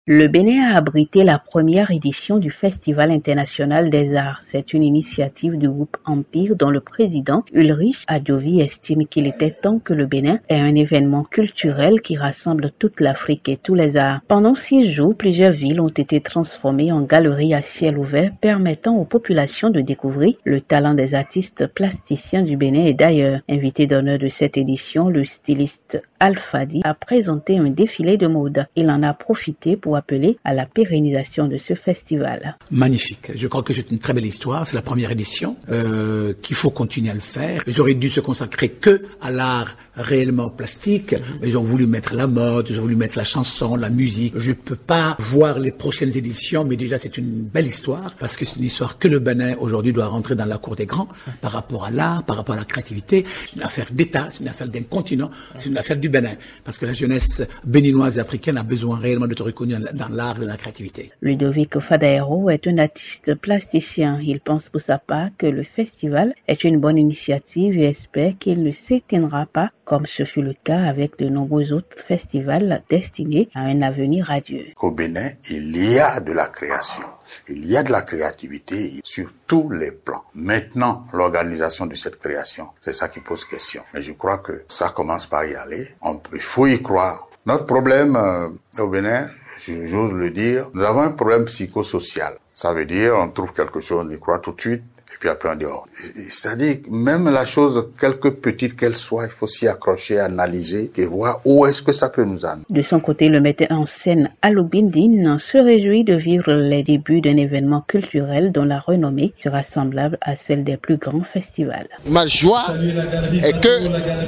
Le Bénin a abrité la première édition du Festival international des arts. C'est une initiative du groupe Empire dont le président Ulrich Adjovi estime qu'il était temps que le Bénin ait un événement culturel qui rassemble toute l'Afrique et tous les arts. Pendant 6 jours, plusieurs villes ont été transformées en galeries à ciel ouvert permettant aux populations de découvrir le talent des artistes plasticiens du Bénin et d'ailleurs. Invité d'honneur de cette édition, le styliste Al-Fadi a présenté un défilé de mode. Il en a profité pour appeler à la pérennisation de ce festival. Magnifique. Je crois que c'est une très belle histoire. C'est la première édition qu'il faut continuer à le faire. Ils auraient dû se consacrer que à l'art réellement plastique. Ils ont voulu mettre la mode, ils ont voulu mettre la chanson, la musique. Je peux pas voir les prochaines éditions, mais déjà c'est une belle histoire parce que c'est une histoire que le Bénin aujourd'hui doit rentrer dans la cour des grands par rapport à l'art, par rapport à la créativité. C'est une affaire d'État, c'est une affaire d'un continent, c'est une affaire du Bénin parce que la jeunesse béninoise et africaine a besoin réellement d'être reconnue dans l'art et dans la créativité. Ludovic Fadaero est un artiste plasticien. Il pense pour sa part que le festival est une bonne initiative et espère qu'il ne s'éteindra pas comme ce fut le cas avec de nombreux autres festivals destinés à un avenir radieux. Au Bénin, il y a de la création, il y a de la créativité sur tous les plans. Maintenant, l'organisation de cette création, c'est ça qui pose question. Mais je crois que ça commence par y aller. Il faut y croire. Notre problème au Bénin, j'ose le dire, nous avons un problème psychosocial. Ça veut dire, on trouve quelque chose, on y croit tout de suite. Et puis après on dit, oh. C'est-à-dire, même la chose, quelque petite qu'elle soit, il faut s'y accrocher, analyser et voir où est-ce que ça peut nous amener. De son côté, le metteur en scène Alou Bindine se réjouit de vivre les débuts d'un événement culturel dont la renommée sera semblable à celle des plus grands festivals. Ma joie est que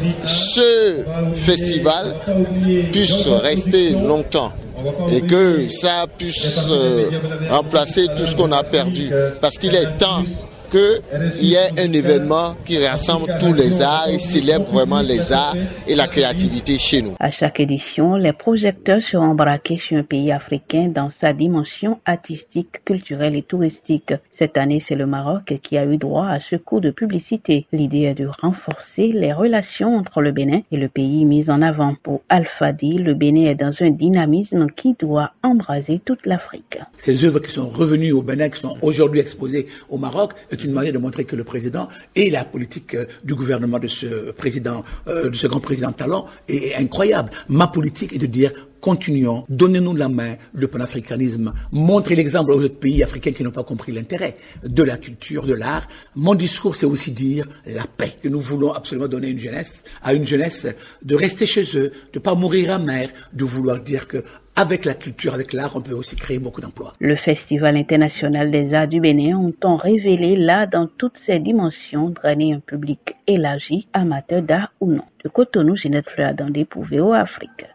ce festival puisse rester longtemps et que ça puisse remplacer tout ce qu'on a perdu. Parce qu'il est temps qu'il y ait un événement qui rassemble tous les arts et célèbre vraiment les arts et la créativité chez nous. À chaque édition, les projecteurs seront braqués sur un pays africain dans sa dimension artistique, culturelle et touristique. Cette année, c'est le Maroc qui a eu droit à ce coup de publicité. L'idée est de renforcer les relations entre le Bénin et le pays mis en avant. Pour Al-Fadi, le Bénin est dans un dynamisme qui doit embraser toute l'Afrique. Ces œuvres qui sont revenues au Bénin, qui sont aujourd'hui exposées au Maroc, est une manière de montrer que le président et la politique du gouvernement de ce président, de ce grand président talent est incroyable. Ma politique est de dire continuons, donnez-nous la main, le panafricanisme, montrez l'exemple aux autres pays africains qui n'ont pas compris l'intérêt de la culture, de l'art. Mon discours, c'est aussi dire la paix. Que nous voulons absolument donner à une jeunesse de rester chez eux, de pas mourir amer, de vouloir dire que avec la culture, avec l'art, on peut aussi créer beaucoup d'emplois. Le Festival international des arts du Bénin entend révéler l'art dans toutes ses dimensions, drainer un public élargi, amateur d'art ou non. De Cotonou, Ginette Fleur Dandé pour VOA Afrique.